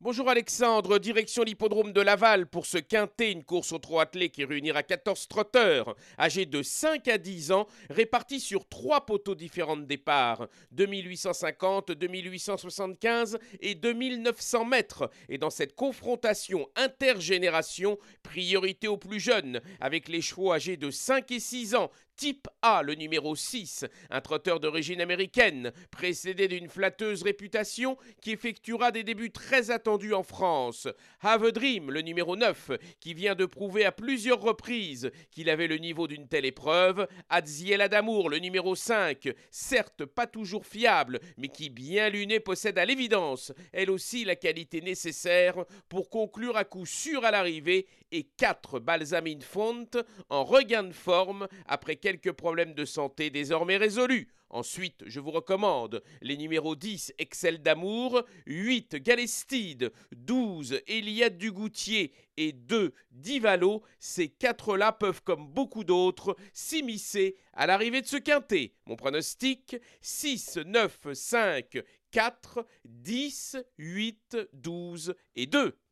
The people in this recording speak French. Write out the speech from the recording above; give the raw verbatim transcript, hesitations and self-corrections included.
Bonjour Alexandre, direction l'hippodrome de Laval pour ce quintet, une course au trot attelé qui réunira quatorze trotteurs âgés de cinq à dix ans, répartis sur trois poteaux différents de départ, deux mille huit cent cinquante, deux mille huit cent soixante-quinze et deux mille neuf cents mètres. Et dans cette confrontation intergénération, priorité aux plus jeunes, avec les chevaux âgés de cinq et six ans. Type A, le numéro six, un trotteur d'origine américaine, précédé d'une flatteuse réputation qui effectuera des débuts très attendus en France. Have a Dream, le numéro neuf, qui vient de prouver à plusieurs reprises qu'il avait le niveau d'une telle épreuve. Adziel Adamour, le numéro cinq, certes pas toujours fiable, mais qui bien luné possède à l'évidence, elle aussi, la qualité nécessaire pour conclure à coup sûr à l'arrivée. Et quatre Balsamine Font en regain de forme après quelques problèmes de santé désormais résolus. Ensuite, je vous recommande les numéros dix, Excel d'amour, huit, Galestide, douze, Eliade Dugoutier et deux, Divalo. Ces quatre-là peuvent, comme beaucoup d'autres, s'immiscer à l'arrivée de ce quintet. Mon pronostic, six, neuf, cinq, quatre, dix, huit, douze et deux.